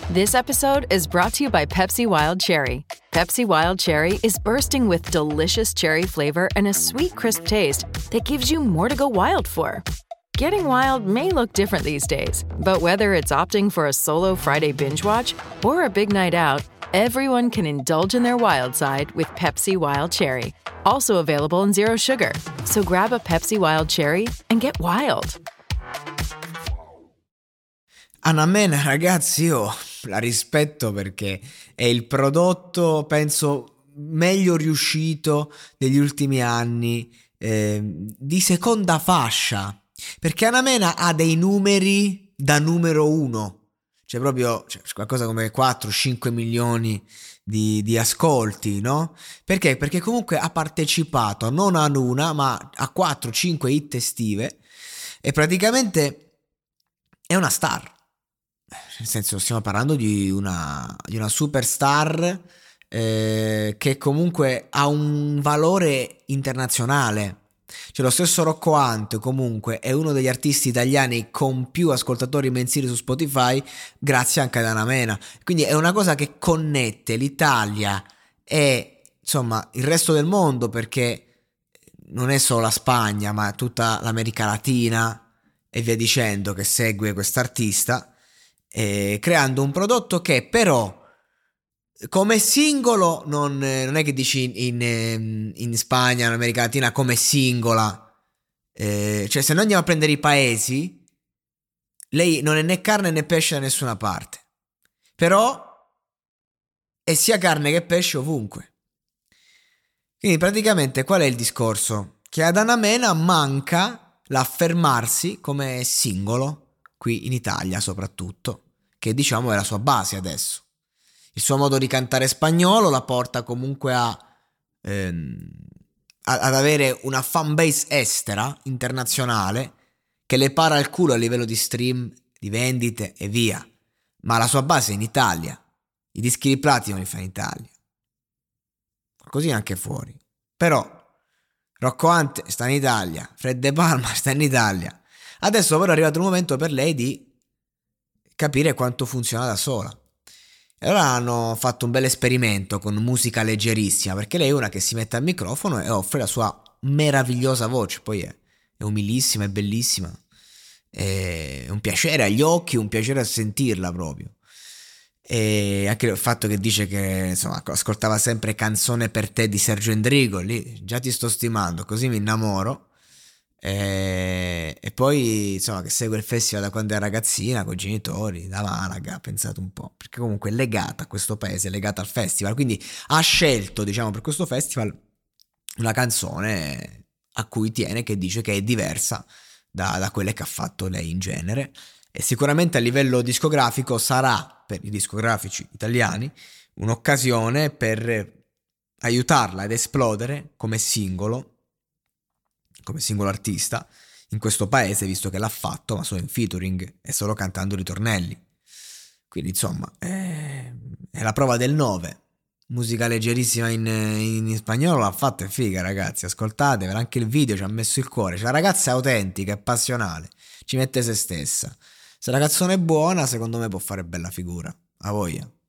This episode is brought to you by Pepsi Wild Cherry. Pepsi Wild Cherry is bursting with delicious cherry flavor and a sweet, crisp taste that gives you more to go wild for. Getting wild may look different these days, but whether it's opting for a solo Friday binge watch or a big night out, everyone can indulge in their wild side with Pepsi Wild Cherry. Also available in Zero Sugar. So grab a Pepsi Wild Cherry and get wild. Anna Mena, ragazzi, io la rispetto perché è il prodotto, penso, meglio riuscito degli ultimi anni, di seconda fascia, perché Anna Mena ha dei numeri da numero uno, cioè proprio qualcosa come 4-5 milioni di ascolti, no? Perché? Perché comunque ha partecipato non ad una ma a 4-5 hit estive e praticamente è una star. Nel senso, stiamo parlando di una superstar che comunque ha un valore internazionale. Cioè lo stesso Rocco Hunt comunque è uno degli artisti italiani con più ascoltatori mensili su Spotify, grazie anche ad Anna Mena. Quindi è una cosa che connette l'Italia e insomma il resto del mondo, perché non è solo la Spagna ma tutta l'America Latina e via dicendo che segue quest'artista, creando un prodotto che però come singolo non è che dici in Spagna, in America Latina come singola, cioè se noi andiamo a prendere i paesi, lei non è né carne né pesce da nessuna parte, però è sia carne che pesce ovunque. Quindi praticamente qual è il discorso? Che ad Anna Mena manca l'affermarsi come singolo qui in Italia soprattutto, che diciamo è la sua base adesso. Il suo modo di cantare spagnolo la porta comunque ad avere una fanbase estera, internazionale, che le para il culo a livello di stream, di vendite e via. Ma la sua base è in Italia. I dischi di platino li fa in Italia. Così anche fuori. Però Rocco Hunt sta in Italia, Fred De Palma sta in Italia. Adesso però è arrivato il momento per lei di capire quanto funziona da sola. E allora hanno fatto un bel esperimento con musica leggerissima, perché lei è una che si mette al microfono e offre la sua meravigliosa voce. Poi è umilissima, è bellissima, è un piacere agli occhi, un piacere a sentirla proprio. E anche il fatto che dice che insomma ascoltava sempre Canzone per te di Sergio Endrigo, lì già ti sto stimando, così mi innamoro. E poi insomma che segue il festival da quando è ragazzina con i genitori da Malaga, pensate un po', perché comunque è legata a questo paese, è legata al festival, quindi ha scelto, diciamo, per questo festival una canzone a cui tiene, che dice che è diversa da quelle che ha fatto lei in genere, e sicuramente a livello discografico sarà per i discografici italiani un'occasione per aiutarla ad esplodere come singolo artista in questo paese, visto che l'ha fatto ma solo in featuring e solo cantando ritornelli. Quindi insomma è la prova del 9. Musica leggerissima in spagnolo, l'ha fatta, è figa, ragazzi, ascoltatevela, anche il video ci ha messo il cuore, cioè la ragazza è autentica, è passionale, ci mette se stessa. Se la canzone è buona, secondo me può fare bella figura, a voglia.